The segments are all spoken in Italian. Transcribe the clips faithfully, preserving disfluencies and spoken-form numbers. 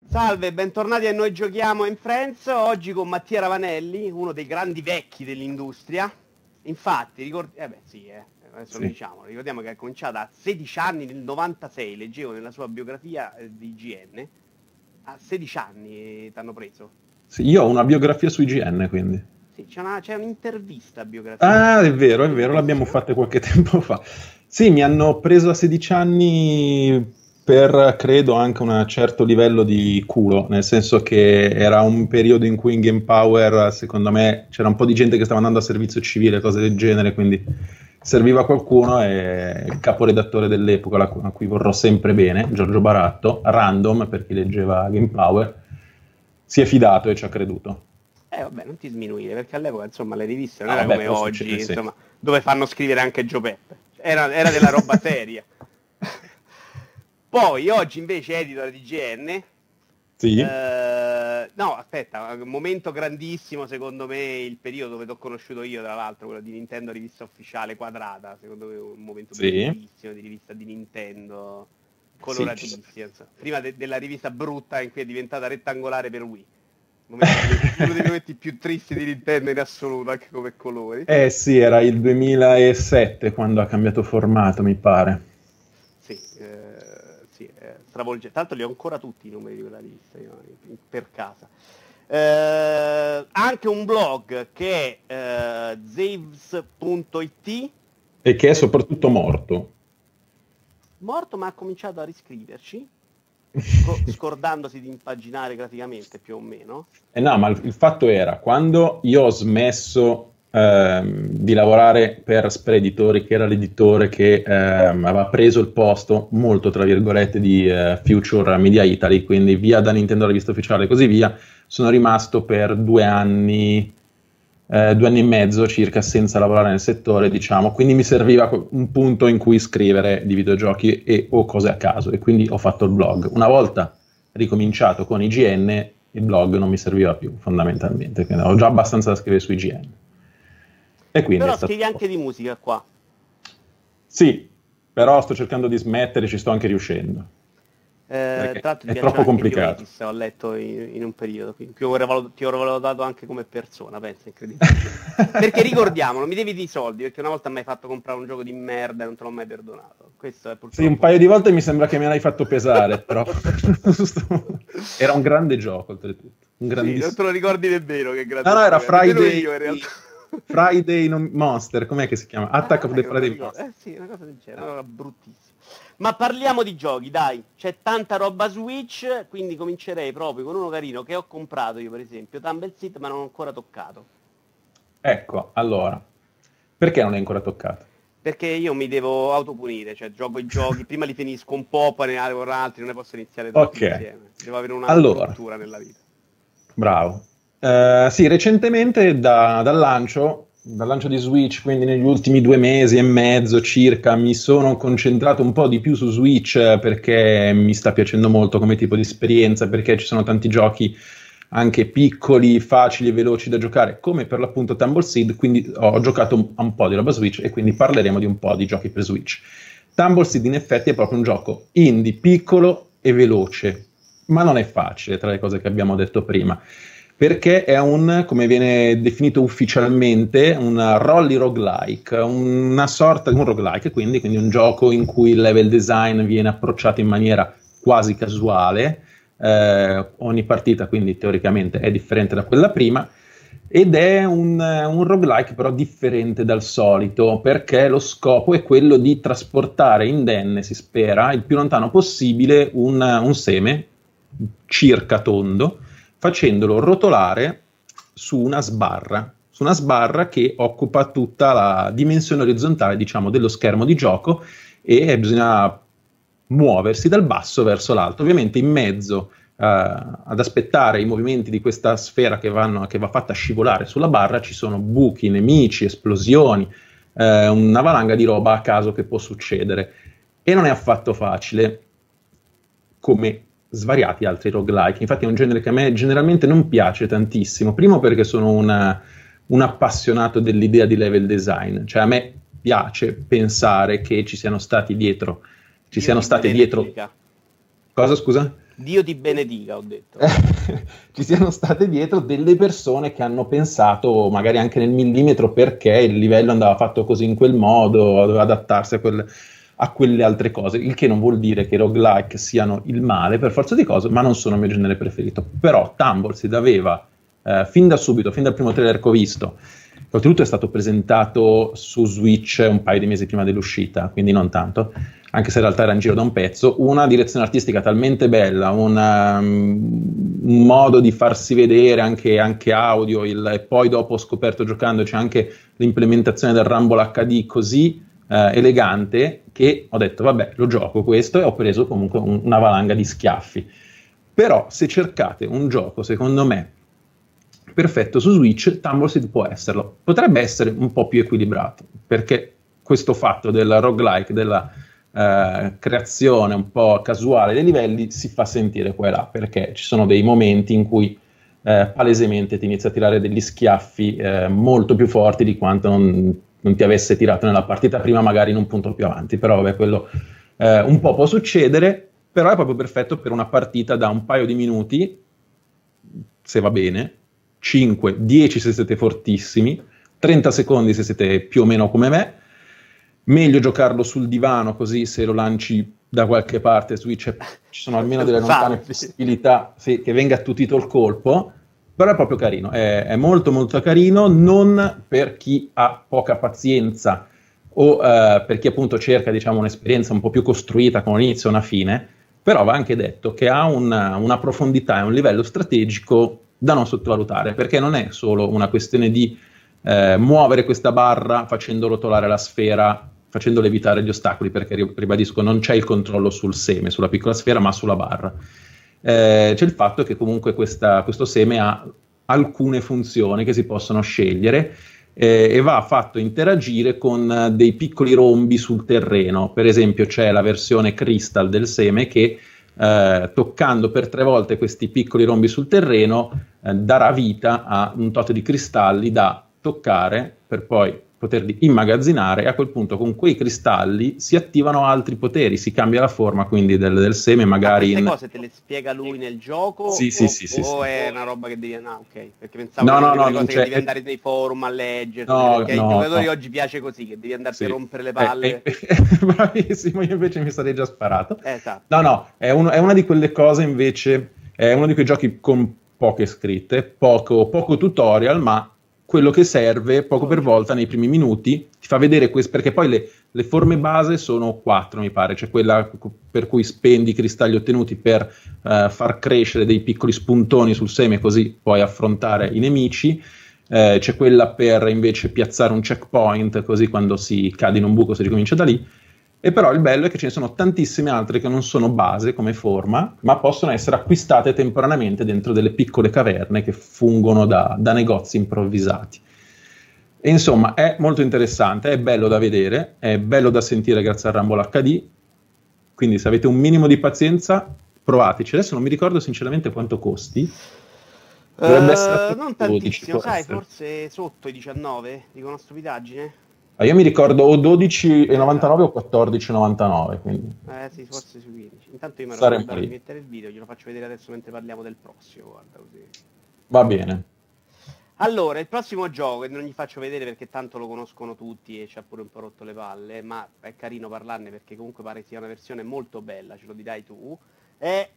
Salve, bentornati a Noi Giochiamo in Friends, oggi con Mattia Ravanelli, uno dei grandi vecchi dell'industria. Infatti, ricordi... eh beh sì, eh, adesso Sì. lo diciamo, ricordiamo che è cominciato a sedici anni, nel novantasei, leggevo nella sua biografia eh, di I G N, a sedici anni ti hanno preso. Sì, io ho una biografia su I G N, quindi. Sì, c'è una- c'è un'intervista biografia. Ah, è vero, è vero, l'abbiamo Bellissima. fatta qualche tempo fa. Sì, mi hanno preso a sedici anni per, credo, anche un certo livello di culo, nel senso che era un periodo in cui in Game Power, secondo me, c'era un po' di gente che stava andando a servizio civile, cose del genere, quindi serviva qualcuno e il caporedattore dell'epoca, la cu- a cui vorrò sempre bene, Giorgio Baratto, random, per chi leggeva Game Power, si è fidato e ci ha creduto. Eh vabbè, non ti sminuire, perché all'epoca insomma le riviste non Ah, era vabbè, come però oggi, succede, sì. insomma, dove fanno scrivere anche Gio Peppe. Era, era della roba seria. Poi oggi invece editor di I G N. Sì, Eh, no, aspetta, un momento grandissimo secondo me, il periodo dove ti ho conosciuto io, tra l'altro, quello di Nintendo rivista ufficiale quadrata, secondo me un momento sì, bellissimo di rivista di Nintendo, sì. coloratissima, insomma. Prima de- della rivista brutta in cui è diventata rettangolare per Wii. Momento- uno dei momenti più tristi di Nintendo in assoluto, anche come colori. Eh sì, era il duemilasette quando ha cambiato formato, mi pare. Sì, eh, sì, eh, stravolgente. Tanto li ho ancora tutti i numeri di quella rivista io, in- per casa. Eh, anche un blog che è eh, zaves punto it, E che è soprattutto morto. morto ma ha cominciato a riscriverci, sco- scordandosi di impaginare graficamente più o meno. Eh no, ma il, il fatto era, quando io ho smesso ehm, di lavorare per Spreaditori, che era l'editore che ehm, aveva preso il posto, molto tra virgolette, di eh, Future Media Italy, quindi via da Nintendo Rivista Ufficiale e così via, sono rimasto per due anni, eh, due anni e mezzo circa senza lavorare nel settore, diciamo, quindi mi serviva un punto in cui scrivere di videogiochi e, o cose a caso, e quindi ho fatto il blog. Una volta ricominciato con I G N, il blog non mi serviva più fondamentalmente, quindi ho già abbastanza da scrivere su I G N. E quindi è Però stato... scrivi anche di musica qua. Sì, però sto cercando di smettere, ci sto anche riuscendo. Eh, Perché tra l'altro ti è piacciono troppo anche i complicato. Oasis, ho letto in, in un periodo, quindi ti ho rivalut- ti ho rivalutato anche come persona, pensa, incredibile. Perché ricordiamolo, mi devi di soldi, perché una volta mi hai fatto comprare un gioco di merda e non te l'ho mai perdonato. Questo è purtroppo... Sì, un paio di volte mi sembra che me l'hai fatto pesare, però era un grande gioco, oltretutto. Un Sì, non grandissimo. te lo ricordi nemmeno che grande No, no, era gioco era. Nemmeno Friday, io in realtà. Friday non- Monster, com'è che si chiama? Attack Ah, of sai the che non me lo Friday ricordo. Monster. Eh sì, una cosa del genere, una roba bruttissima. Ma parliamo di giochi, dai. C'è tanta roba Switch, quindi comincerei proprio con uno carino che ho comprato io, per esempio, Tumble Seed, ma non ho ancora toccato. Ecco, allora, perché non è ancora toccato? Perché io mi devo autopunire, cioè gioco i giochi, prima li finisco un po', poi ne apro altri, non ne posso iniziare tutti Ok, insieme. Devo avere una allora, struttura nella vita. bravo. Eh, sì, recentemente da- dal lancio, dal lancio di Switch, quindi negli ultimi due mesi e mezzo circa, mi sono concentrato un po' di più su Switch eh, perché mi sta piacendo molto come tipo di esperienza, perché ci sono tanti giochi anche piccoli, facili e veloci da giocare, come per l'appunto Tumbleseed, quindi ho giocato un, a un po' di roba Switch e quindi parleremo di un po' di giochi per Switch. Tumbleseed in effetti è proprio un gioco indie, piccolo e veloce, ma non è facile tra le cose che abbiamo detto prima, perché è un, come viene definito ufficialmente, un rolly roguelike, una sorta di un roguelike, quindi, quindi un gioco in cui il level design viene approcciato in maniera quasi casuale, eh, ogni partita quindi teoricamente è differente da quella prima, ed è un, un roguelike però differente dal solito, perché lo scopo è quello di trasportare indenne, si spera, il più lontano possibile un, un seme circa tondo, facendolo rotolare su una sbarra, su una sbarra che occupa tutta la dimensione orizzontale, diciamo, dello schermo di gioco, e bisogna muoversi dal basso verso l'alto. Ovviamente in mezzo Uh, ad aspettare i movimenti di questa sfera che, vanno, che va fatta scivolare sulla barra ci sono buchi, nemici, esplosioni, uh, una valanga di roba a caso che può succedere, e non è affatto facile come svariati altri roguelike. Infatti è un genere che a me generalmente non piace tantissimo, primo perché sono una, un appassionato dell'idea di level design, cioè a me piace pensare che ci siano stati dietro ci Io siano ti state direi dietro replica. cosa, scusa? Dio ti benedica, ho detto. Ci siano state dietro delle persone che hanno pensato, magari anche nel millimetro, perché il livello andava fatto così in quel modo, doveva adattarsi a, quel, a quelle altre cose, il che non vuol dire che i roguelike siano il male per forza di cose, ma non sono il mio genere preferito. Però Tumbleseed aveva, eh, fin da subito, fin dal primo trailer che ho visto, che oltretutto è stato presentato su Switch un paio di mesi prima dell'uscita, quindi non tanto, anche se in realtà era in giro da un pezzo, una direzione artistica talmente bella, una, um, un modo di farsi vedere anche, anche audio, il, e poi dopo ho scoperto giocando c'è anche l'implementazione del Rumble acca di così eh, elegante, che ho detto vabbè, lo gioco questo, e ho preso comunque un, una valanga di schiaffi. Però se cercate un gioco, secondo me, perfetto su Switch, Tumbleseed può esserlo. Potrebbe essere un po' più equilibrato, perché questo fatto del roguelike, della Uh, creazione un po' casuale dei livelli si fa sentire qua e là, perché ci sono dei momenti in cui uh, palesemente ti inizia a tirare degli schiaffi uh, molto più forti di quanto non, non ti avesse tirato nella partita prima, magari in un punto più avanti. Però vabbè, quello uh, un po' può succedere, però è proprio perfetto per una partita da un paio di minuti, se va bene, cinque dieci se siete fortissimi, trenta secondi se siete più o meno come me. Meglio giocarlo sul divano, così se lo lanci da qualche parte Switch ci sono almeno delle lontane possibilità sì, che venga attutito il colpo, però è proprio carino, è, è molto molto carino, non per chi ha poca pazienza o uh, per chi appunto cerca, diciamo, un'esperienza un po' più costruita con un inizio e una fine, però va anche detto che ha una, una profondità e un livello strategico da non sottovalutare, perché non è solo una questione di eh, muovere questa barra facendo rotolare la sfera, facendo levitare gli ostacoli, perché ribadisco non c'è il controllo sul seme, sulla piccola sfera, ma sulla barra. Eh, c'è il fatto che comunque questa, questo seme ha alcune funzioni che si possono scegliere eh, e va fatto interagire con dei piccoli rombi sul terreno. Per esempio c'è la versione Crystal del seme che eh, toccando per tre volte questi piccoli rombi sul terreno eh, darà vita a un tot di cristalli da toccare per poi poterli immagazzinare, e a quel punto con quei cristalli si attivano altri poteri, si cambia la forma quindi del, del seme, magari queste in... cose te le spiega lui nel gioco? Sì, o, sì, sì, sì, o sì. è una roba che devi... No, ok, perché pensavo no, che no, no, no, cose che c'è... devi andare nei forum a leggere, no, perché no, ai giocatori no. oggi piace così, che devi andarti Sì. a rompere le palle. Eh, eh, bravissimo, io invece mi sarei già sparato. Esatto. No, no, è, un, è una di quelle cose invece, è uno di quei giochi con poche scritte, poco, poco tutorial, ma quello che serve poco per volta nei primi minuti ti fa vedere questo, perché poi le, le forme base sono quattro, mi pare. C'è quella per cui spendi i cristalli ottenuti per uh, far crescere dei piccoli spuntoni sul seme, così puoi affrontare i nemici. Eh, c'è quella per invece piazzare un checkpoint, così quando si cade in un buco si ricomincia da lì. E però il bello è che ce ne sono tantissime altre che non sono base come forma, ma possono essere acquistate temporaneamente dentro delle piccole caverne che fungono da, da negozi improvvisati. E insomma è molto interessante, è bello da vedere, è bello da sentire grazie al Rumble acca di, quindi se avete un minimo di pazienza provateci. Adesso non mi ricordo sinceramente quanto costi. Dovrebbe uh, essere non tantissimo, sai, essere. Forse sotto i diciannove, dico una stupidaggine. Ah, io mi ricordo o dodici e novantanove o quattordici e novantanove, quindi. Eh sì, forse sui quindici. Intanto io mi ero ricordato di mettere il video, glielo faccio vedere adesso mentre parliamo del prossimo, guarda così. Va bene. Allora, il prossimo gioco, che non gli faccio vedere perché tanto lo conoscono tutti e ci ha pure un po' rotto le palle, ma è carino parlarne perché comunque pare sia una versione molto bella, ce lo dirai tu, è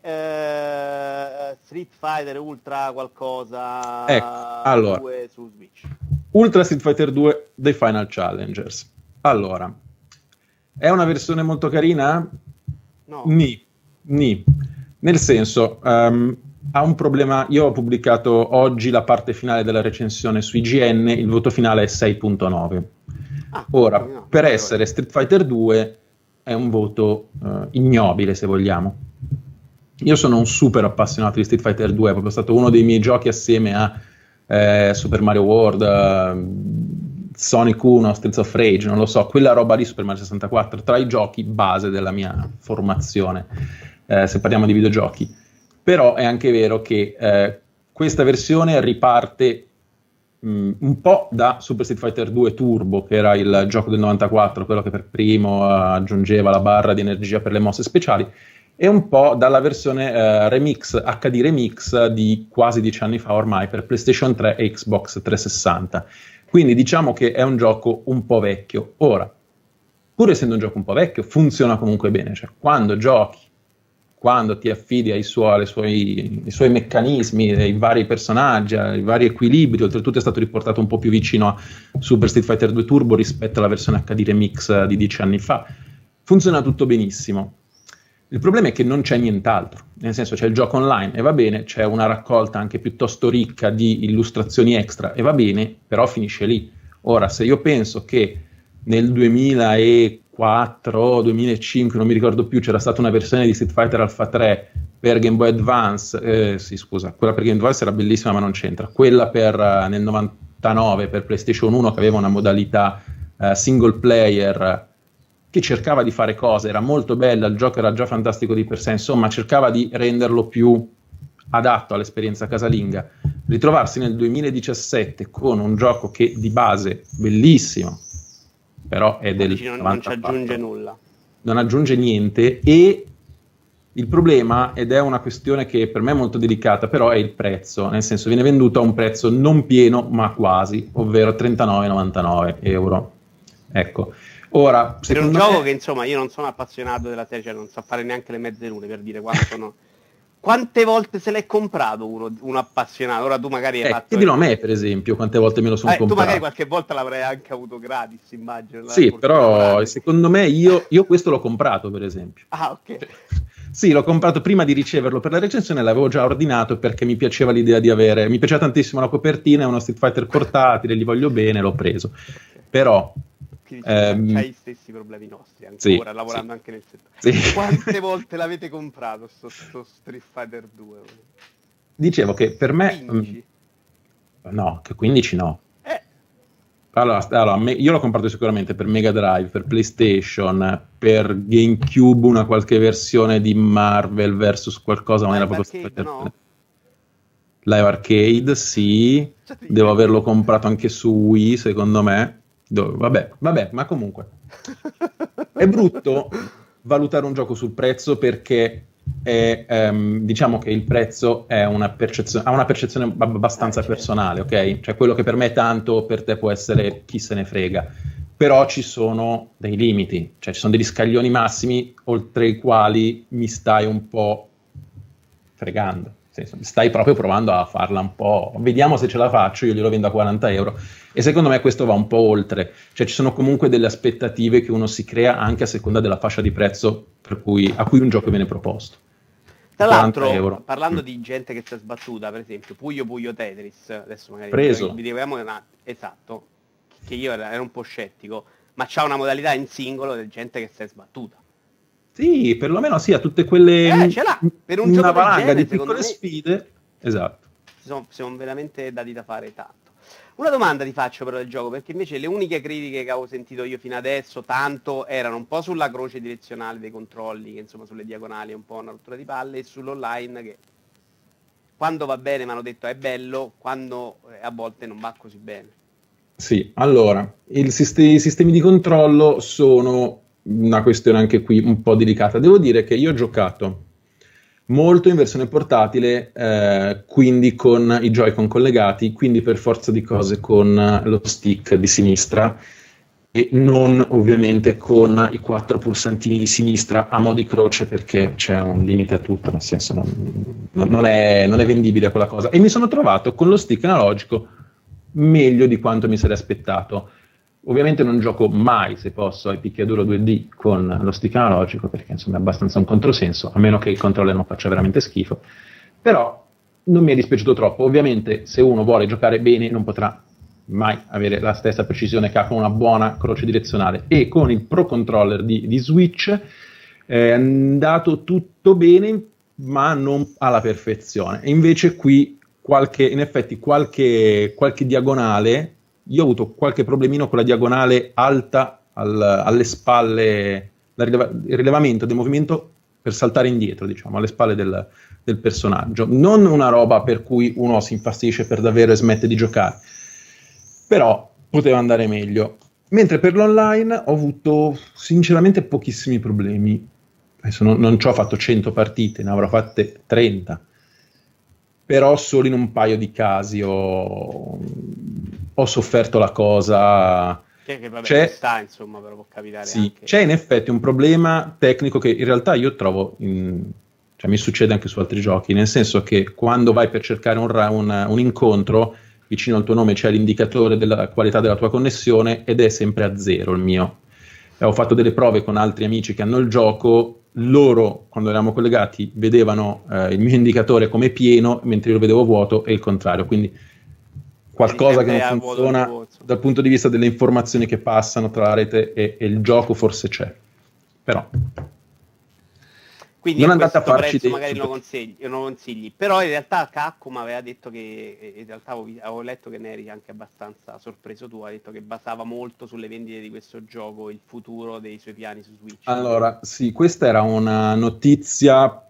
eh, Street Fighter Ultra qualcosa ecco, allora. due su Switch. Ultra Street Fighter due The Final Challengers. Allora, è una versione molto carina? No. Ni, ni. Nel senso, um, ha un problema. Io ho pubblicato oggi la parte finale della recensione su I G N, il voto finale è sei virgola nove. Ah, Ora, no, per essere Street Fighter due è un voto uh, ignobile, se vogliamo. Io sono un super appassionato di Street Fighter due, è proprio stato uno dei miei giochi assieme a eh, Super Mario World, uh, Sonic uno, Streets of Rage, non lo so, quella roba lì, Super Mario sessantaquattro, tra i giochi base della mia formazione, eh, se parliamo di videogiochi. Però è anche vero che eh, questa versione riparte mh, un po' da Super Street Fighter due Turbo, che era il gioco del novantaquattro, quello che per primo uh, aggiungeva la barra di energia per le mosse speciali, e un po' dalla versione eh, Remix, acca di Remix di quasi dieci anni fa ormai per PlayStation tre e Xbox trecentosessanta. Quindi diciamo che è un gioco un po' vecchio. Ora, pur essendo un gioco un po' vecchio, funziona comunque bene. Cioè, quando giochi, quando ti affidi ai suoi, ai suoi, ai suoi meccanismi, ai vari personaggi, ai vari equilibri, oltretutto è stato riportato un po' più vicino a Super Street Fighter due Turbo rispetto alla versione acca di Remix di dieci anni fa. Funziona tutto benissimo. Il problema è che non c'è nient'altro, nel senso c'è il gioco online e va bene, c'è una raccolta anche piuttosto ricca di illustrazioni extra e va bene, però finisce lì. Ora, se io penso che nel duemilaquattro, duemilacinque, non mi ricordo più, c'era stata una versione di Street Fighter Alpha tre per Game Boy Advance, eh, sì scusa, quella per Game Boy Advance era bellissima ma non c'entra, quella per, uh, nel novantanove per PlayStation uno che aveva una modalità uh, single player che cercava di fare cose, era molto bella, il gioco era già fantastico di per sé, insomma cercava di renderlo più adatto all'esperienza casalinga. Ritrovarsi nel duemiladiciassette con un gioco che di base bellissimo, però è del non, non ci aggiunge nulla, non aggiunge niente, e il problema, ed è una questione che per me è molto delicata, però è il prezzo, nel senso viene venduto a un prezzo non pieno ma quasi, ovvero trentanove virgola novantanove euro. Ecco. Ora, per un gioco me... che insomma io non sono appassionato della serie, cioè non so fare neanche le mezze lune per dire quanto sono. Quante volte se l'è comprato uno, uno appassionato? Ora tu magari hai eh, fatto... Chiedilo a me per esempio quante volte me lo sono eh, comprato. Tu magari qualche volta l'avrai anche avuto gratis, immagino. Sì, però secondo me io, io questo l'ho comprato per esempio. Ah, ok. Sì, l'ho comprato prima di riceverlo per la recensione, l'avevo già ordinato perché mi piaceva l'idea di avere, mi piaceva tantissimo la copertina, è uno Street Fighter portatile, gli voglio bene, l'ho preso. Però... Ehm, c'hai gli stessi problemi nostri ancora, sì, lavorando sì. anche nel settore. Sì. Quante volte l'avete comprato sto, sto Street Fighter due? Dicevo che per me... quindici? No, che quindici no. Eh. Allora, allora, io l'ho comprato sicuramente per Mega Drive, per PlayStation, per GameCube, una qualche versione di Marvel versus qualcosa, ma Live era proprio Arcade, no? Live Arcade, sì. Devo averlo comprato anche su Wii, secondo me. Dove, vabbè, vabbè, ma comunque è brutto valutare un gioco sul prezzo perché è, ehm, diciamo che il prezzo è una percezione, ha una percezione abbastanza eh, personale, ok? Cioè quello che per me è tanto, per te può essere chi se ne frega, però ci sono dei limiti, cioè ci sono degli scaglioni massimi oltre i quali mi stai un po' fregando. Stai proprio provando a farla un po', vediamo se ce la faccio, io glielo vendo a quaranta euro, e secondo me questo va un po' oltre, cioè ci sono comunque delle aspettative che uno si crea anche a seconda della fascia di prezzo per cui, a cui un gioco viene proposto. Tra l'altro, euro. parlando mm. di gente che si è sbattuta, per esempio Puyo Puyo Tetris, adesso magari preso, vi diciamo una, esatto, che io ero, ero un po' scettico, ma c'ha una modalità in singolo di gente che si è sbattuta. Sì, perlomeno sì, a tutte quelle... Eh, ce l'ha! Per un una gioco valanga genere, di piccole me... sfide. Esatto. Sono, sono veramente dati da fare tanto. Una domanda ti faccio però del gioco, perché invece le uniche critiche che avevo sentito io fino adesso, tanto, erano un po' sulla croce direzionale dei controlli, che insomma sulle diagonali è un po' una rottura di palle, e sull'online che quando va bene mi hanno detto è bello, quando eh, a volte non va così bene. Sì, allora, il sist- i sistemi di controllo sono... una questione anche qui un po' delicata. Devo dire che io ho giocato molto in versione portatile, eh, quindi con i Joy-Con collegati, quindi per forza di cose con lo stick di sinistra e non ovviamente con i quattro pulsantini di sinistra a mo' di croce, perché c'è un limite a tutto, nel senso non, non, è, non è vendibile quella cosa. E mi sono trovato con lo stick analogico meglio di quanto mi sarei aspettato. Ovviamente non gioco mai, se posso, ai picchiaduro due D con lo stick analogico, perché insomma è abbastanza un controsenso, a meno che il controller non faccia veramente schifo. Però non mi è dispiaciuto troppo. Ovviamente se uno vuole giocare bene non potrà mai avere la stessa precisione che ha con una buona croce direzionale. E con il Pro Controller di, di Switch è andato tutto bene, ma non alla perfezione. E invece qui, qualche, in effetti, qualche, qualche diagonale... Io ho avuto qualche problemino con la diagonale alta al, alle spalle, la rileva, il rilevamento del movimento per saltare indietro, diciamo, alle spalle del, del personaggio. Non una roba per cui uno si infastidisce per davvero e smette di giocare, però poteva andare meglio. Mentre per l'online ho avuto sinceramente pochissimi problemi. adesso non, non ci ho fatto cento partite, ne avrò fatte trenta, però solo in un paio di casi ho, ho sofferto la cosa. Che, che vabbè, c'è, sta, insomma, però può capitare sì, anche. C'è in effetti un problema tecnico che in realtà io trovo, in, cioè mi succede anche su altri giochi, nel senso che quando vai per cercare un, un, un incontro, vicino al tuo nome c'è l'indicatore della qualità della tua connessione ed è sempre a zero il mio. E ho fatto delle prove con altri amici che hanno il gioco, loro quando eravamo collegati vedevano eh, il mio indicatore come pieno mentre io lo vedevo vuoto e il contrario, quindi qualcosa che non funziona dal punto di vista delle informazioni che passano tra la rete e, e il gioco forse c'è, però quindi non andate a farci dei magari lo consigli, lo consigli, però in realtà Capcom aveva detto che, in realtà avevo, avevo letto che ne eri anche abbastanza sorpreso tu, ha detto che basava molto sulle vendite di questo gioco il futuro dei suoi piani su Switch. Allora sì, questa era una notizia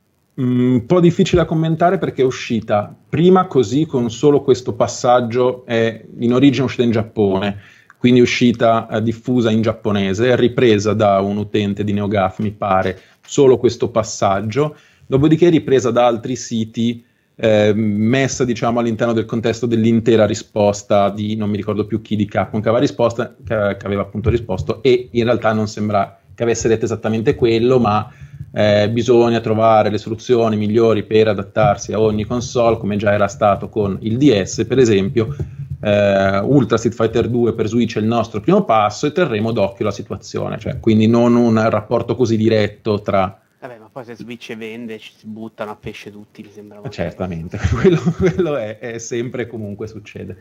un po' difficile da commentare perché è uscita prima così con solo questo passaggio, è in origine uscita in Giappone, quindi è uscita eh, diffusa in giapponese, ripresa da un utente di NeoGAF mi pare, solo questo passaggio, dopodiché ripresa da altri siti, eh, messa diciamo all'interno del contesto dell'intera risposta di, non mi ricordo più chi di Capcom che aveva, risposta, che, che aveva appunto risposto, e in realtà non sembra che avesse detto esattamente quello, ma Eh, bisogna trovare le soluzioni migliori per adattarsi a ogni console, come già era stato con il D S per esempio. eh, Ultra Street Fighter due per Switch è il nostro primo passo e terremo d'occhio la situazione, cioè, quindi non un rapporto così diretto tra... Vabbè, ma poi se Switch vende ci si buttano a pesce tutti, mi sembra. Certamente, quello, quello è, è sempre comunque succede.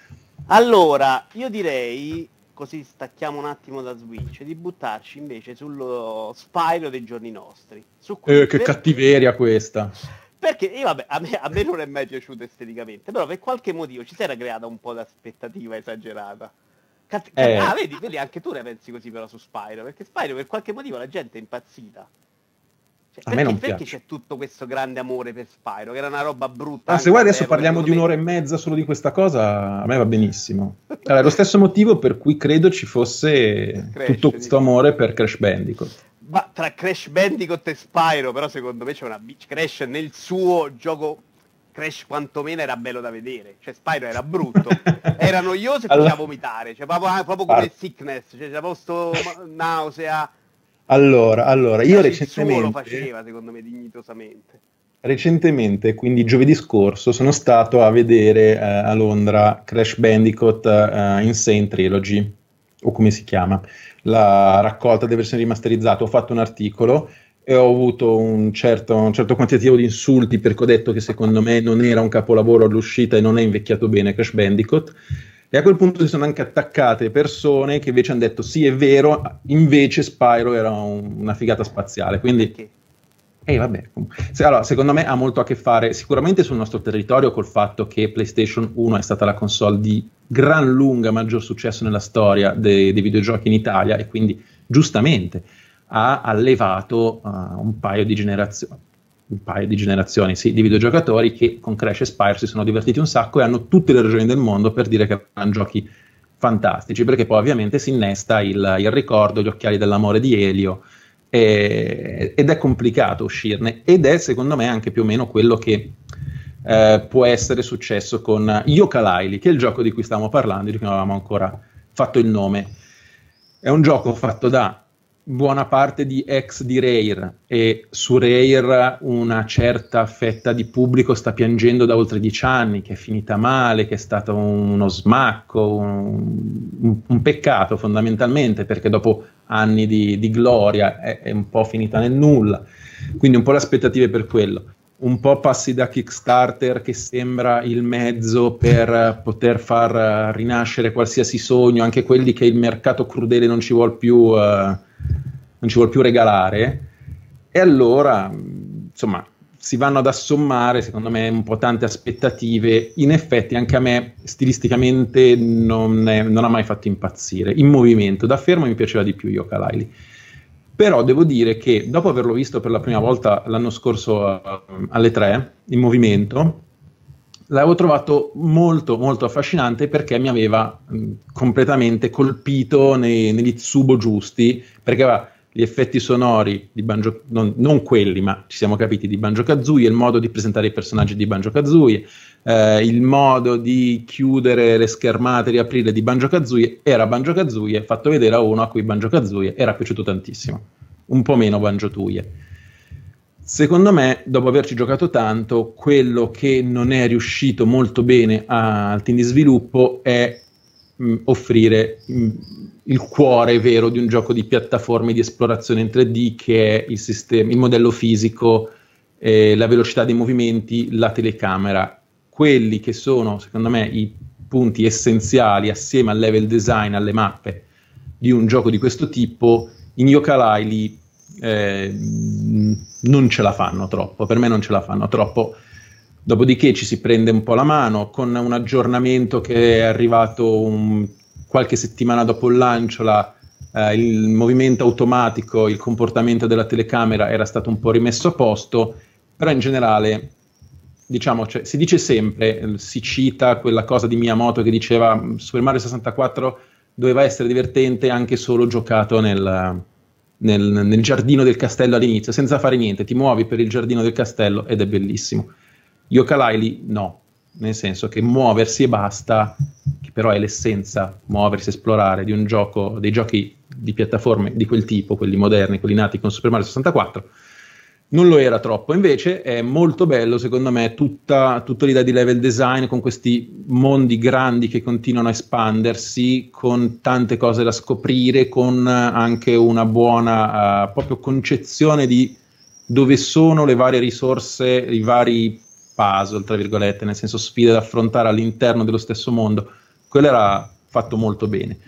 Allora, io direi, così stacchiamo un attimo da Switch, di buttarci invece sullo Spyro dei giorni nostri. Su cui, eh, che per... cattiveria questa! Perché io, vabbè, a me, a me non è mai piaciuto esteticamente, però per qualche motivo ci si era creata un po' d'aspettativa esagerata. Cat- Eh. Ah, vedi, vedi, anche tu ne pensi così però su Spyro, perché Spyro per qualche motivo la gente è impazzita. Cioè, a perché, me non perché piace. c'è tutto questo grande amore per Spyro, che era una roba brutta. Ma se vuoi adesso parliamo di un'ora e mezza solo di questa cosa, a me va benissimo. Allora, è lo stesso motivo per cui credo ci fosse Crash, tutto questo amore per Crash Bandicoot. Ma tra Crash Bandicoot e Spyro, però secondo me c'è una bitch. Crash nel suo gioco, Crash quantomeno era bello da vedere. Cioè Spyro era brutto, era noioso e allora... faceva vomitare. Cioè proprio, proprio come Sickness, cioè c'era posto nausea. Allora, allora, io Crash recentemente... il suo lo faceva, secondo me, dignitosamente. Recentemente, quindi giovedì scorso, sono stato a vedere eh, a Londra Crash Bandicoot uh, Insane Trilogy, o come si chiama, la raccolta delle versioni rimasterizzate. Ho fatto un articolo e ho avuto un certo, un certo quantitativo di insulti perché ho detto che secondo me non era un capolavoro all'uscita e non è invecchiato bene Crash Bandicoot. E a quel punto si sono anche attaccate persone che invece hanno detto sì, è vero, invece Spyro era un, una figata spaziale. Quindi... Perché? Eh, vabbè. Se, allora, secondo me ha molto a che fare sicuramente sul nostro territorio col fatto che PlayStation uno è stata la console di gran lunga maggior successo nella storia dei, dei videogiochi in Italia e quindi giustamente ha allevato uh, un paio di generazioni un paio di generazioni sì, di videogiocatori che con Crash e Spyro si sono divertiti un sacco e hanno tutte le ragioni del mondo per dire che erano giochi fantastici, perché poi ovviamente si innesta il, il ricordo, gli occhiali dell'amore di Elio. E, ed è complicato uscirne, ed è secondo me anche più o meno quello che eh, può essere successo con Yooka-Laylee, che è il gioco di cui stiamo parlando, di cui non avevamo ancora fatto il nome. È un gioco fatto da buona parte di ex di Rare, e su Rare una certa fetta di pubblico sta piangendo da oltre dieci anni, che è finita male, che è stato uno smacco, un, un, un peccato fondamentalmente, perché dopo anni di, di gloria è, è un po' finita nel nulla, quindi un po' le aspettative per quello. Un po' passi da Kickstarter, che sembra il mezzo per poter far rinascere qualsiasi sogno, anche quelli che il mercato crudele non ci vuol più, uh, non ci vuol più regalare, e allora insomma si vanno ad assommare secondo me un po' tante aspettative. In effetti anche a me stilisticamente non, è, non ha mai fatto impazzire. In movimento da fermo mi piaceva di più Yooka-Laylee. Però devo dire che dopo averlo visto per la prima volta l'anno scorso uh, alle tre, in movimento, l'avevo trovato molto molto affascinante, perché mi aveva mh, completamente colpito nei, negli tsubo giusti, perché aveva gli effetti sonori di Banjo, non, non quelli, ma ci siamo capiti, di Banjo-Kazooie, il modo di presentare i personaggi di Banjo-Kazooie, eh, il modo di chiudere le schermate, riaprire di Banjo-Kazooie, era Banjo-Kazooie fatto vedere a uno a cui Banjo-Kazooie era piaciuto tantissimo, un po' meno Banjo-Tooie. Secondo me, dopo averci giocato tanto, quello che non è riuscito molto bene al team di sviluppo è mh, offrire mh, il cuore vero di un gioco di piattaforme di esplorazione in tre D, che è il, sistema, il modello fisico, eh, la velocità dei movimenti, la telecamera. Quelli che sono, secondo me, i punti essenziali assieme al level design, alle mappe di un gioco di questo tipo, in Yooka-Laylee li Eh, non ce la fanno troppo, per me non ce la fanno troppo. Dopodiché ci si prende un po' la mano con un aggiornamento che è arrivato un, qualche settimana dopo il lancio, la, eh, il movimento automatico, il comportamento della telecamera era stato un po' rimesso a posto, però in generale, diciamo, cioè, si dice sempre, si cita quella cosa di Miyamoto che diceva Super Mario sessantaquattro doveva essere divertente anche solo giocato nel Nel, nel giardino del castello all'inizio, senza fare niente, ti muovi per il giardino del castello ed è bellissimo. Yooka-Laylee no, nel senso che muoversi e basta, che però è l'essenza, muoversi, esplorare di un gioco, dei giochi di piattaforme di quel tipo, quelli moderni, quelli nati con Super Mario sessantaquattro, non lo era troppo. Invece è molto bello, secondo me, tutta, tutta l'idea di level design, con questi mondi grandi che continuano a espandersi, con tante cose da scoprire, con anche una buona uh, proprio concezione di dove sono le varie risorse, i vari puzzle, tra virgolette, nel senso sfide da affrontare all'interno dello stesso mondo. Quello era fatto molto bene.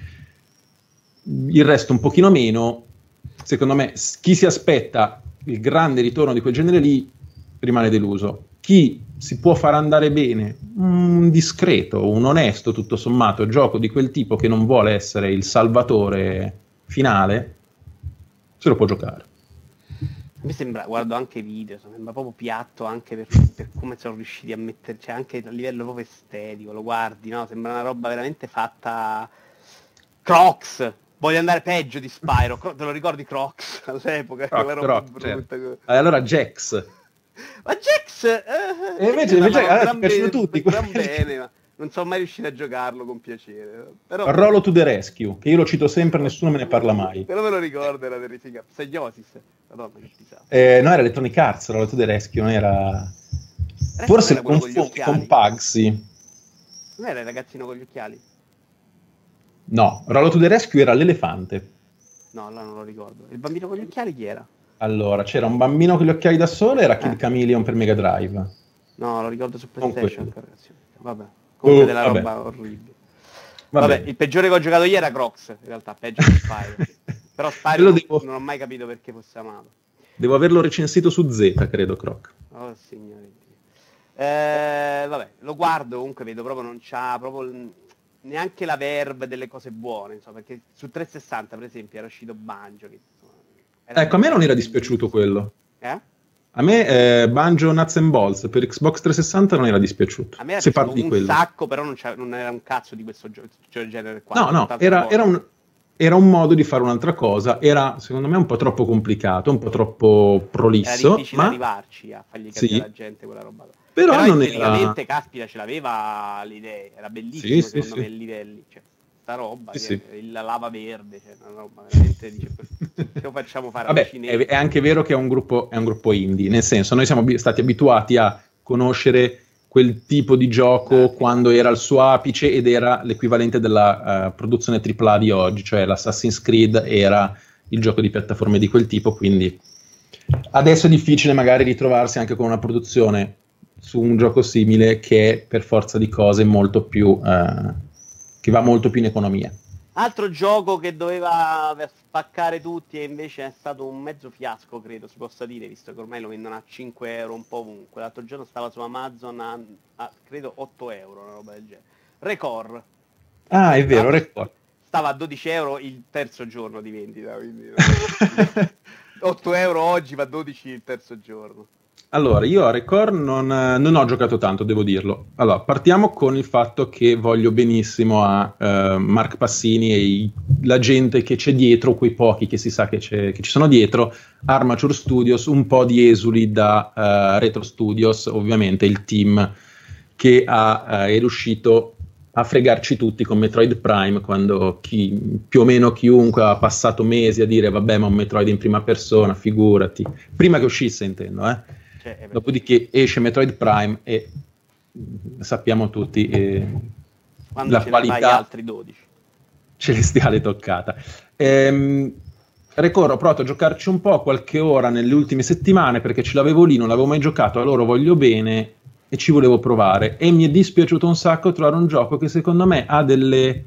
Il resto un pochino meno. Secondo me chi si aspetta il grande ritorno di quel genere lì rimane deluso. Chi si può far andare bene, un discreto, un onesto tutto sommato gioco di quel tipo che non vuole essere il salvatore finale, se lo può giocare. A me sembra, guardo anche i video, sembra proprio piatto anche per, per come sono riusciti a mettere, cioè anche a livello proprio estetico, lo guardi, no? Sembra una roba veramente fatta Crocs. Voglio andare peggio di Spyro, te lo ricordi Crocs all'epoca? Croc, Croc, certo. Allora Jax. Ma Jax... Eh, e invece, invece allora, ti piacciono tutti. Gran bene, ma non sono mai riuscito a giocarlo con piacere. Però... Rollo to the Rescue, che io lo cito sempre, nessuno me ne parla mai. Però me lo ricordo, era terrificante. Psygnosis, madonna che disastro. Eh, no, era Electronic Arts, Rollo to the Rescue, non era... Rescue forse lo confondi con Pugsy. Non era il ragazzino con gli occhiali? No, Rollo to the Rescue era l'elefante. No, allora non lo ricordo. Il bambino con gli occhiali chi era? Allora, c'era un bambino con gli occhiali da sole, era Kid eh. Chameleon per Mega Drive. No, lo ricordo su PlayStation. Vabbè, comunque oh, della vabbè. roba orribile. Vabbè. vabbè, il peggiore che ho giocato ieri era Crocs, in realtà, peggio di Spyro. Però Spyro devo... non ho mai capito perché fosse amato. Devo averlo recensito su Z, credo, Croc. Oh, signore. Eh, vabbè, lo guardo, comunque vedo proprio non c'ha proprio... neanche la verve delle cose buone, insomma, perché su trecentosessanta per esempio era uscito Banjo che, insomma, era ecco, a me non era dispiaciuto quello eh? A me eh, Banjo Nuts and Balls per Xbox trecentosessanta non era dispiaciuto. A me era se parli di un quello. sacco, però non, non era un cazzo di questo gio- genere qua. No, no, era, era, un, era un modo di fare un'altra cosa, era secondo me un po' troppo complicato, un po' troppo prolisso. Era difficile ma... arrivarci a fargli capire sì. alla gente quella roba là. Però, Però non esteticamente, era... caspita, ce l'aveva l'idea, era bellissimo sì, secondo sì, me sì. i livelli, cioè, sta roba, sì, sì. la lava verde, cioè, una roba veramente, dice, ce lo facciamo fare Vabbè, è, è anche vero che è un gruppo, è un gruppo indie, nel senso, noi siamo abi- stati abituati a conoscere quel tipo di gioco ah, quando era al suo apice ed era l'equivalente della uh, produzione tripla A di oggi, cioè l'Assassin's Creed era il gioco di piattaforme di quel tipo, quindi adesso è difficile magari ritrovarsi anche con una produzione su un gioco simile che per forza di cose molto più uh, che va molto più in economia. Altro gioco che doveva spaccare tutti e invece è stato un mezzo fiasco, credo si possa dire, visto che ormai lo vendono a cinque euro un po' ovunque. L'altro giorno stava su Amazon a, a credo otto euro, una roba del genere. Record. Ah, è vero, Record. Stava a dodici euro il terzo giorno di vendita, quindi otto euro oggi, va dodici il terzo giorno. Allora, io a Record non, non ho giocato tanto, devo dirlo. Allora, partiamo con il fatto che voglio benissimo a uh, Mark Passini e i la gente che c'è dietro, quei pochi che si sa che, c'è, che ci sono dietro, Armature Studios, un po' di esuli da uh, Retro Studios, ovviamente il team che ha, uh, è riuscito a fregarci tutti con Metroid Prime, quando chi, più o meno chiunque ha passato mesi a dire vabbè, ma un Metroid in prima persona, figurati, prima che uscisse intendo, eh. Cioè, dopodiché esce Metroid Prime e sappiamo tutti eh, quando la ce qualità ne fai altri dodici celestiale toccata. Ehm, Ricordo, ho provato a giocarci un po', qualche ora nelle ultime settimane, perché ce l'avevo lì, non l'avevo mai giocato, allora voglio bene e ci volevo provare, e mi è dispiaciuto un sacco trovare un gioco che secondo me ha delle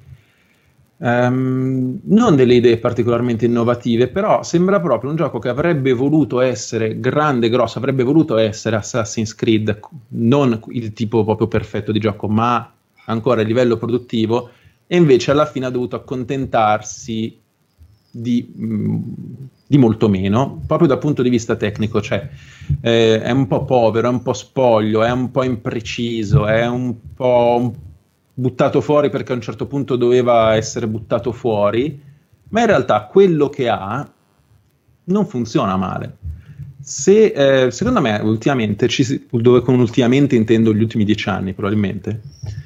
um, non delle idee particolarmente innovative, però sembra proprio un gioco che avrebbe voluto essere grande, grosso, avrebbe voluto essere Assassin's Creed, non il tipo proprio perfetto di gioco, ma ancora a livello produttivo, e invece alla fine ha dovuto accontentarsi di, mh, di molto meno, proprio dal punto di vista tecnico, cioè eh, è un po' povero, è un po' spoglio, è un po' impreciso, è un po' buttato fuori perché a un certo punto doveva essere buttato fuori, ma in realtà quello che ha non funziona male. Se, eh, secondo me ultimamente, ci si, dove con ultimamente intendo gli ultimi dieci anni probabilmente,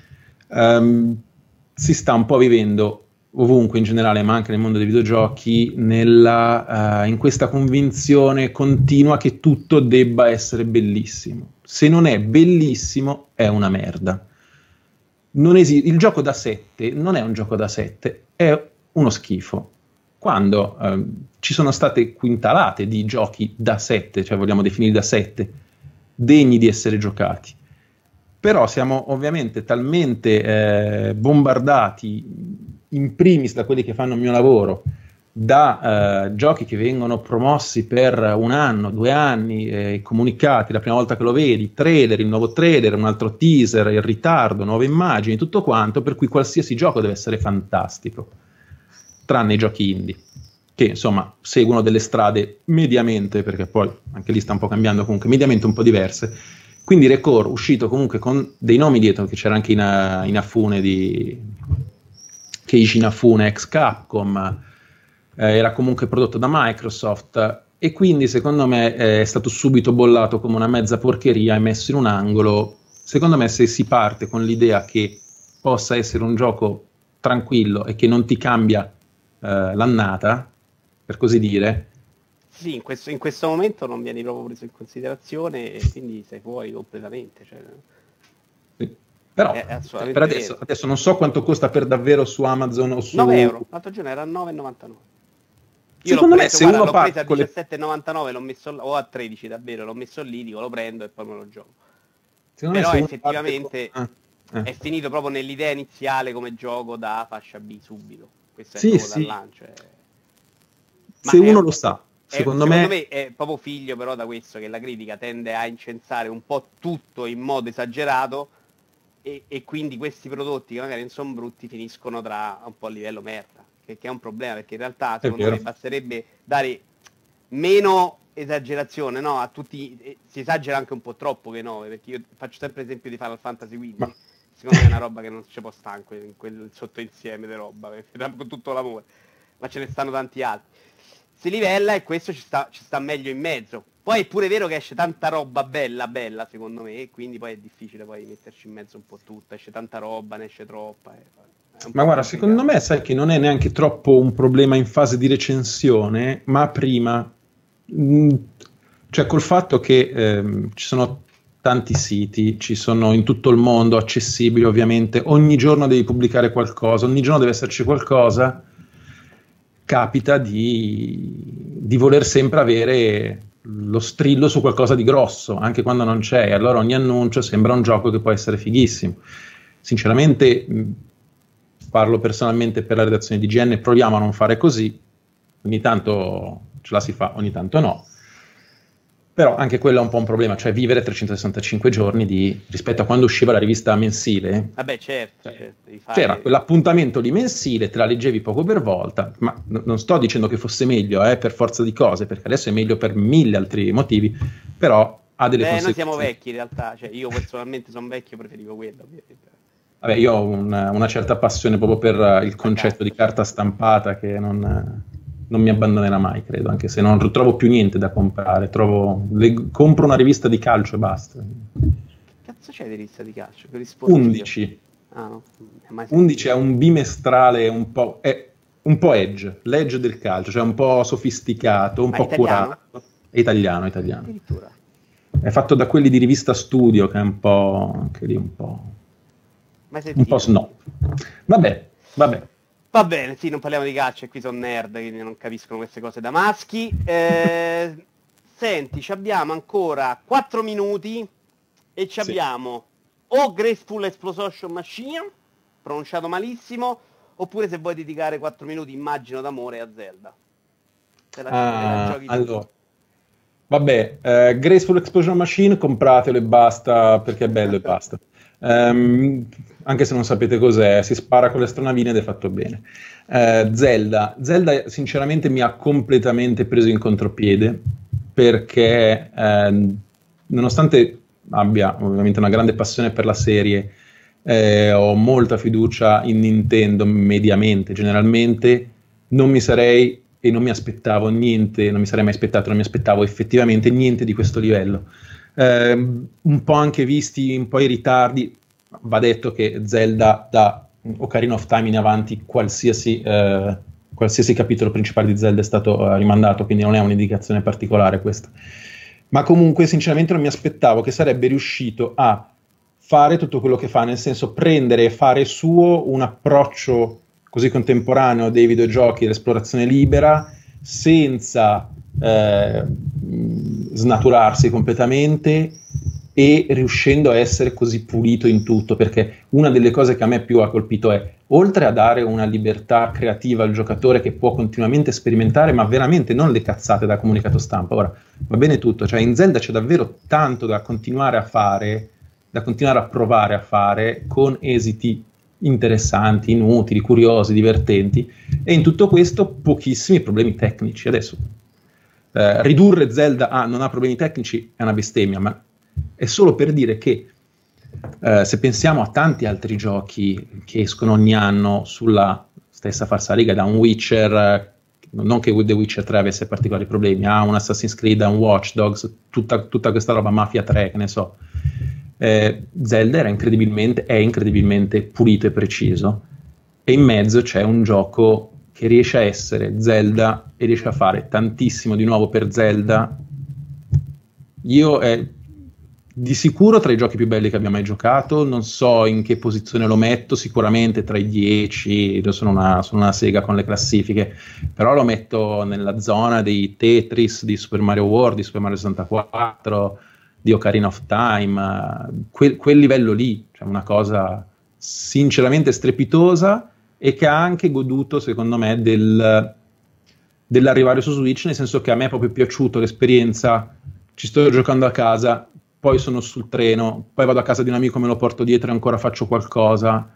um, si sta un po' vivendo ovunque in generale, ma anche nel mondo dei videogiochi, nella, uh, in questa convinzione continua che tutto debba essere bellissimo. Se non è bellissimo, è una merda. Non esi- il gioco da sette non è un gioco da sette, è uno schifo. Quando uh, ci sono state quintalate di giochi da sette, cioè vogliamo definire da sette, degni di essere giocati. Però siamo ovviamente talmente eh, bombardati in primis da quelli che fanno il mio lavoro, da eh, giochi che vengono promossi per un anno, due anni, eh, comunicati la prima volta che lo vedi, trailer, il nuovo trailer, un altro teaser, il ritardo, nuove immagini, tutto quanto, per cui qualsiasi gioco deve essere fantastico, tranne i giochi indie, che insomma seguono delle strade mediamente, perché poi anche lì sta un po' cambiando, comunque mediamente un po' diverse. Quindi Record, uscito comunque con dei nomi dietro, che c'era anche in Inafune di Keiji Inafune, ex Capcom, eh, era comunque prodotto da Microsoft, e quindi secondo me è stato subito bollato come una mezza porcheria e messo in un angolo. Secondo me se si parte con l'idea che possa essere un gioco tranquillo e che non ti cambia eh, l'annata, per così dire, sì, in questo, in questo momento non vieni proprio preso in considerazione e quindi sei fuori completamente. Cioè, sì. Però è, è per adesso, adesso non so quanto costa per davvero su Amazon o su... nove euro, l'altro giorno era a nove e novantanove. Io Secondo l'ho me preso, se guarda, uno l'ho presa a parte diciassette e novantanove, l'ho messo, o a tredici davvero, l'ho messo lì, dico lo prendo e poi me lo gioco. Secondo Però me effettivamente con... ah, eh. è finito proprio nell'idea iniziale come gioco da fascia B subito. Questo è sì, proprio sì. dal lancio. È... Se Ma uno è, lo sa, è, secondo, secondo me... me è proprio figlio però da questo, che la critica tende a incensare un po' tutto in modo esagerato e, e quindi questi prodotti che magari non sono brutti finiscono tra un po' a livello merda, che, che è un problema, perché in realtà secondo me basterebbe dare meno esagerazione, no? A tutti, eh, si esagera anche un po' troppo che no, perché io faccio sempre l'esempio di Final Fantasy quindici, ma... secondo me è una roba che non ci può stare in quel sottoinsieme di roba, con tutto l'amore, ma ce ne stanno tanti altri. Si livella e questo ci sta, ci sta meglio in mezzo. Poi è pure vero che esce tanta roba bella, bella secondo me, e quindi poi è difficile poi metterci in mezzo un po' tutto, esce tanta roba, ne esce troppa. È, è ma guarda, secondo me sai che non è neanche troppo un problema in fase di recensione, ma prima, mh, cioè col fatto che ehm, ci sono tanti siti, ci sono in tutto il mondo accessibili ovviamente, ogni giorno devi pubblicare qualcosa, ogni giorno deve esserci qualcosa, capita di, di voler sempre avere lo strillo su qualcosa di grosso, anche quando non c'è, e allora ogni annuncio sembra un gioco che può essere fighissimo. Sinceramente, mh, parlo personalmente per la redazione di I G N, proviamo a non fare così, ogni tanto ce la si fa, ogni tanto no. Però anche quello è un po' un problema, cioè vivere trecentosessantacinque giorni di, rispetto a quando usciva la rivista mensile. Vabbè, certo, cioè, certo devi fare... c'era quell'appuntamento lì mensile, te la leggevi poco per volta, ma n- non sto dicendo che fosse meglio, eh, per forza di cose, perché adesso è meglio per mille altri motivi, però ha delle Beh, conseguenze. noi siamo vecchi in realtà, cioè io personalmente sono vecchio, preferivo quello, ovviamente. Vabbè, io ho un- una certa passione proprio per il concetto di Fantastico. carta stampata che non, non mi abbandonerà mai, credo, anche se non trovo più niente da comprare. Trovo, le- compro una rivista di calcio e basta. Che cazzo c'è di lista di calcio? Quelli sportivi? undici. Ah no, non ne ho mai undici è sentito. un bimestrale un po', è un po' edge, l'edge del calcio, cioè un po' sofisticato, un Ma è po' italiano? curato. È italiano, italiano. Addirittura. È fatto da quelli di rivista Studio, che è un po', anche lì un po', Mai un po' sentito. snob. Vabbè, vabbè. Va bene, sì, non parliamo di calcio e qui sono nerd, quindi non capiscono queste cose da maschi. Eh, senti, ci abbiamo ancora quattro minuti e ci Sì. abbiamo o Graceful Explosion Machine, pronunciato malissimo, oppure se vuoi dedicare quattro minuti, immagino, d'amore a Zelda. Te la, te la Ah, giochi tu. allora, vabbè, eh, Graceful Explosion Machine, compratelo e basta, perché è bello e basta. Ehm, anche se non sapete cos'è, si spara con le astronavine ed è fatto bene. Eh, Zelda, Zelda sinceramente mi ha completamente preso in contropiede, perché ehm, nonostante abbia ovviamente una grande passione per la serie, eh, ho molta fiducia in Nintendo mediamente, generalmente non mi sarei e non mi aspettavo niente, non mi sarei mai aspettato, non mi aspettavo effettivamente niente di questo livello. Eh, un po' anche visti un po' i ritardi, va detto che Zelda da Ocarina of Time in avanti qualsiasi, eh, qualsiasi capitolo principale di Zelda è stato eh, rimandato, quindi non è un'indicazione particolare questa. Ma comunque sinceramente non mi aspettavo che sarebbe riuscito a fare tutto quello che fa, nel senso prendere e fare suo un approccio così contemporaneo dei videogiochi, l'esplorazione libera, senza eh, snaturarsi completamente e riuscendo a essere così pulito in tutto, perché una delle cose che a me più ha colpito è, oltre a dare una libertà creativa al giocatore che può continuamente sperimentare, ma veramente non le cazzate da comunicato stampa, ora va bene tutto, cioè in Zelda c'è davvero tanto da continuare a fare, da continuare a provare a fare con esiti interessanti, inutili, curiosi, divertenti, e in tutto questo pochissimi problemi tecnici. Adesso eh, ridurre Zelda a non ha problemi tecnici è una bestemmia, ma è solo per dire che eh, se pensiamo a tanti altri giochi che escono ogni anno sulla stessa falsariga, da un Witcher, non che The Witcher tre avesse particolari problemi, ha un Assassin's Creed, ha un Watch Dogs, tutta, tutta questa roba, Mafia tre, che ne so. Eh, Zelda era incredibilmente, è incredibilmente pulito e preciso, e in mezzo c'è un gioco che riesce a essere Zelda e riesce a fare tantissimo di nuovo per Zelda. Io è di sicuro tra i giochi più belli che abbia mai giocato, non so in che posizione lo metto, sicuramente tra i dieci, io sono una, sono una sega con le classifiche, però lo metto nella zona dei Tetris, di Super Mario World, di Super Mario sessantaquattro, di Ocarina of Time, quel, quel livello lì, cioè una cosa sinceramente strepitosa e che ha anche goduto, secondo me, del, dell'arrivare su Switch, nel senso che a me è proprio piaciuto l'esperienza, ci sto giocando a casa, poi sono sul treno, poi vado a casa di un amico, me lo porto dietro e ancora faccio qualcosa.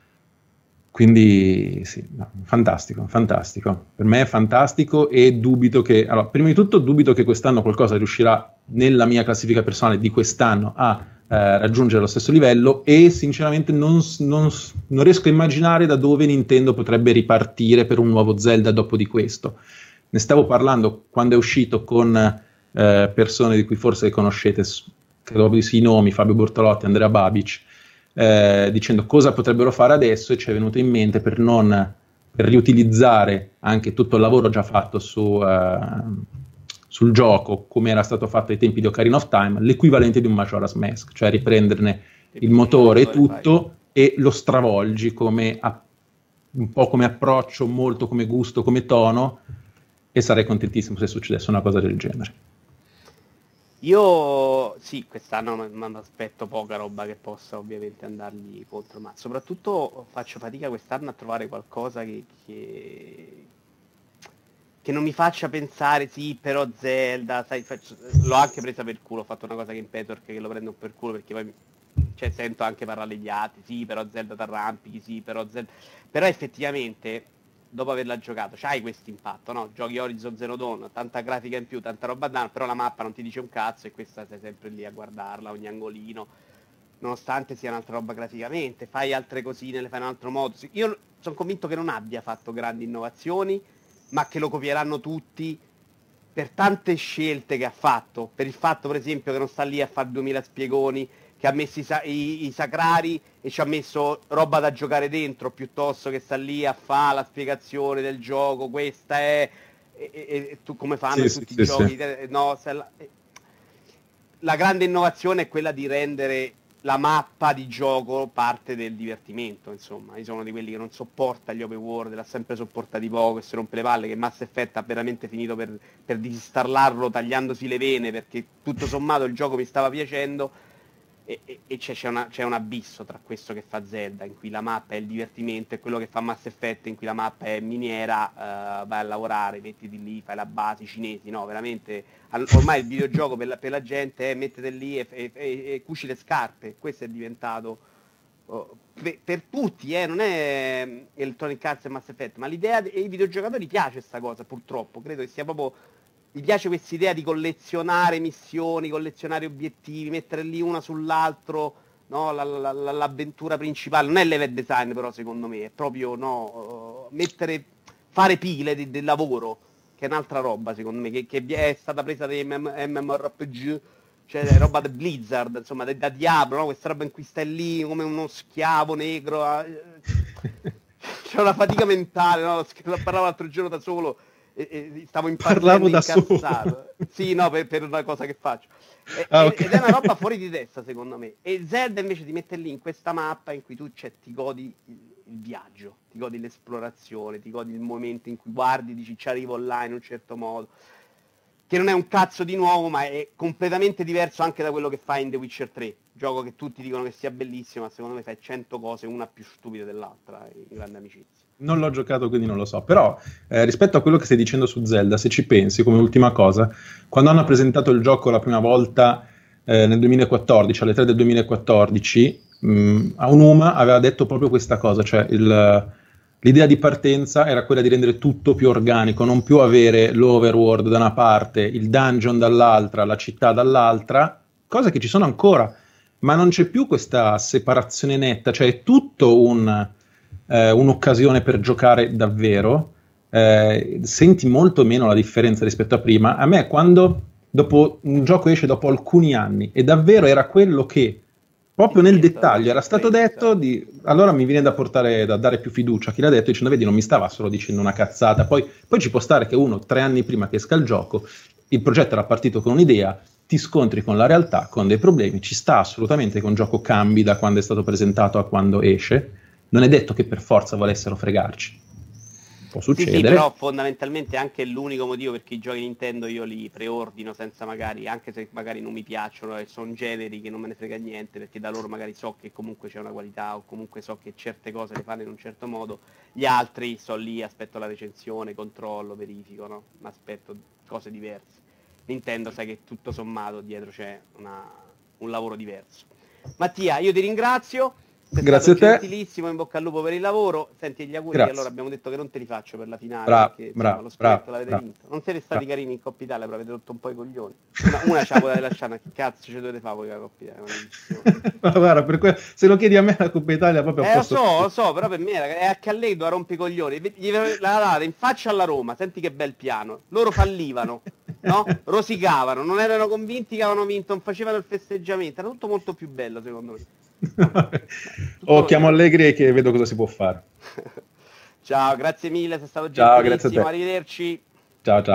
Quindi sì, no, fantastico, fantastico. Per me è fantastico e dubito che, allora, prima di tutto dubito che quest'anno qualcosa riuscirà nella mia classifica personale di quest'anno a eh, raggiungere lo stesso livello e sinceramente non, non, non riesco a immaginare da dove Nintendo potrebbe ripartire per un nuovo Zelda dopo di questo. Ne stavo parlando quando è uscito con eh, persone di cui forse conoscete, credo di sì i nomi, Fabio Bortolotti, Andrea Babic, eh, dicendo cosa potrebbero fare adesso, e ci è venuto in mente per non per riutilizzare anche tutto il lavoro già fatto su, eh, sul gioco, come era stato fatto ai tempi di Ocarina of Time, l'equivalente di un Majora's Mask, cioè riprenderne Sì, il il motore e motore fai. tutto e lo stravolgi come a, un po' come approccio, molto come gusto, come tono, e sarei contentissimo se succedesse una cosa del genere. Io sì, quest'anno non non aspetto poca roba che possa ovviamente andargli contro, ma soprattutto faccio fatica quest'anno a trovare qualcosa che, che, che non mi faccia pensare, sì, però Zelda, sai, faccio- l'ho anche presa per culo, ho fatto una cosa che in Petwork che lo prendo per culo perché poi mi- cioè, sento anche parlare di altri, sì, però Zelda t'arrampichi, sì, però Zelda... Però effettivamente, dopo averla giocato, c'hai questo impatto, no? Giochi Horizon Zero Dawn, tanta grafica in più, tanta roba da, però la mappa non ti dice un cazzo e questa sei sempre lì a guardarla, ogni angolino. nonostante sia un'altra roba graficamente, fai altre cosine, le fai in un altro modo. Io sono convinto che non abbia fatto grandi innovazioni, ma che lo copieranno tutti per tante scelte che ha fatto, per il fatto per esempio che non sta lì a fare duemila spiegoni, che ha messo i, sa- i, i sacrari e ci ha messo roba da giocare dentro, piuttosto che sta lì a fare la spiegazione del gioco, questa è... E, e, e tu come fanno Sì, in sì, tutti sì, i sì. giochi? No, se la, la grande innovazione è quella di rendere la mappa di gioco parte del divertimento, insomma. Io sono di quelli che non sopporta gli open world, l'ha sempre sopportati poco e si rompe le palle, che Mass Effect ha veramente finito per, per disinstallarlo tagliandosi le vene, perché tutto sommato il gioco mi stava piacendo e, e, e c'è, c'è, una, c'è un abisso tra questo che fa Zelda, in cui la mappa è il divertimento, e quello che fa Mass Effect, in cui la mappa è miniera, uh, vai a lavorare, mettiti lì, fai la base, i cinesi, no, veramente ormai il videogioco per la, per la gente è mettete lì e, e, e, e cuci le scarpe. Questo è diventato oh, per, per tutti, eh, non è Electronic Arts e Mass Effect, ma l'idea dei videogiocatori piace sta cosa, purtroppo, credo che sia proprio, mi piace questa idea di collezionare missioni, collezionare obiettivi, mettere lì una sull'altro, no, la, la, la, l'avventura principale, non è level design però secondo me, è proprio no, mettere, fare pile di, del lavoro, che è un'altra roba secondo me, che, che è stata presa dai MMORPG, cioè roba da Blizzard, insomma, da, da Diablo, no? Questa roba in cui stai lì come uno schiavo negro, eh, c'è una fatica mentale, no? Parlavo l'altro giorno da solo e, e stavo impazzendo, incazzato. Sì, no, per, per una cosa che faccio. E, ah, okay. Ed è una roba fuori di testa secondo me. E Zelda invece ti mette lì in questa mappa in cui tu cioè, ti godi il viaggio, ti godi l'esplorazione, ti godi il momento in cui guardi, dici ci arrivo là in un certo modo, che non è un cazzo di nuovo, ma è completamente diverso anche da quello che fai in The Witcher tre, gioco che tutti dicono che sia bellissimo, ma secondo me fai cento cose, una più stupida dell'altra, in grande amicizia. Non l'ho giocato, quindi non lo so, però eh, rispetto a quello che stai dicendo su Zelda, se ci pensi come ultima cosa, quando hanno presentato il gioco la prima volta eh, nel duemilaquattordici, alle tre del duemilaquattordici, mh, Aonuma aveva detto proprio questa cosa, cioè il, l'idea di partenza era quella di rendere tutto più organico, non più avere l'overworld da una parte, il dungeon dall'altra, la città dall'altra, cose che ci sono ancora, ma non c'è più questa separazione netta, cioè è tutto un... Eh, un'occasione per giocare davvero, eh, senti molto meno la differenza rispetto a prima. A me quando dopo un gioco esce dopo alcuni anni e davvero era quello che proprio nel dettaglio era stato detto, di, allora mi viene da portare, da dare più fiducia a chi l'ha detto, dicendo vedi non mi stava solo dicendo una cazzata, poi, poi ci può stare che uno tre anni prima che esca il gioco il progetto era partito con un'idea, ti scontri con la realtà, con dei problemi, ci sta assolutamente che un gioco cambi da quando è stato presentato a quando esce. Non è detto che per forza volessero fregarci. Può succedere. Sì, sì, però fondamentalmente anche l'unico motivo perché i giochi Nintendo io li preordino senza magari, anche se magari non mi piacciono e sono generi che non me ne frega niente, perché da loro magari so che comunque c'è una qualità o comunque so che certe cose le fanno in un certo modo, gli altri sto lì, aspetto la recensione, controllo, verifico, no? Aspetto cose diverse. Nintendo sai che tutto sommato dietro c'è una, un lavoro diverso. Mattia, io ti ringrazio. Sei Grazie a te. Gentilissimo, in bocca al lupo per il lavoro. Senti, gli auguri Grazie. allora abbiamo detto che non te li faccio per la finale, bravo, perché insomma, bravo, lo scudetto bravo, l'avete bravo, vinto. Non siete stati bravo. carini in Coppa Italia, però avete rotto un po' i coglioni. Una, una ce la potete lasciare, che cazzo ci dovete fare voi la Coppa Italia? Ma guarda, per que- se lo chiedi a me la Coppa Italia proprio a Eh lo posto. so, lo so, però per me è anche a lei dove rompe i coglioni. Gli la date in faccia alla Roma, senti che bel piano. Loro fallivano, no? Rosicavano, non erano convinti che avevano vinto, non facevano il festeggiamento. Era tutto molto più bello secondo me. O chiamo Allegri che vedo cosa si può fare. Ciao, grazie mille, sei stato Ciao, grazie a gentilissimo, te. arrivederci. Ciao, ciao.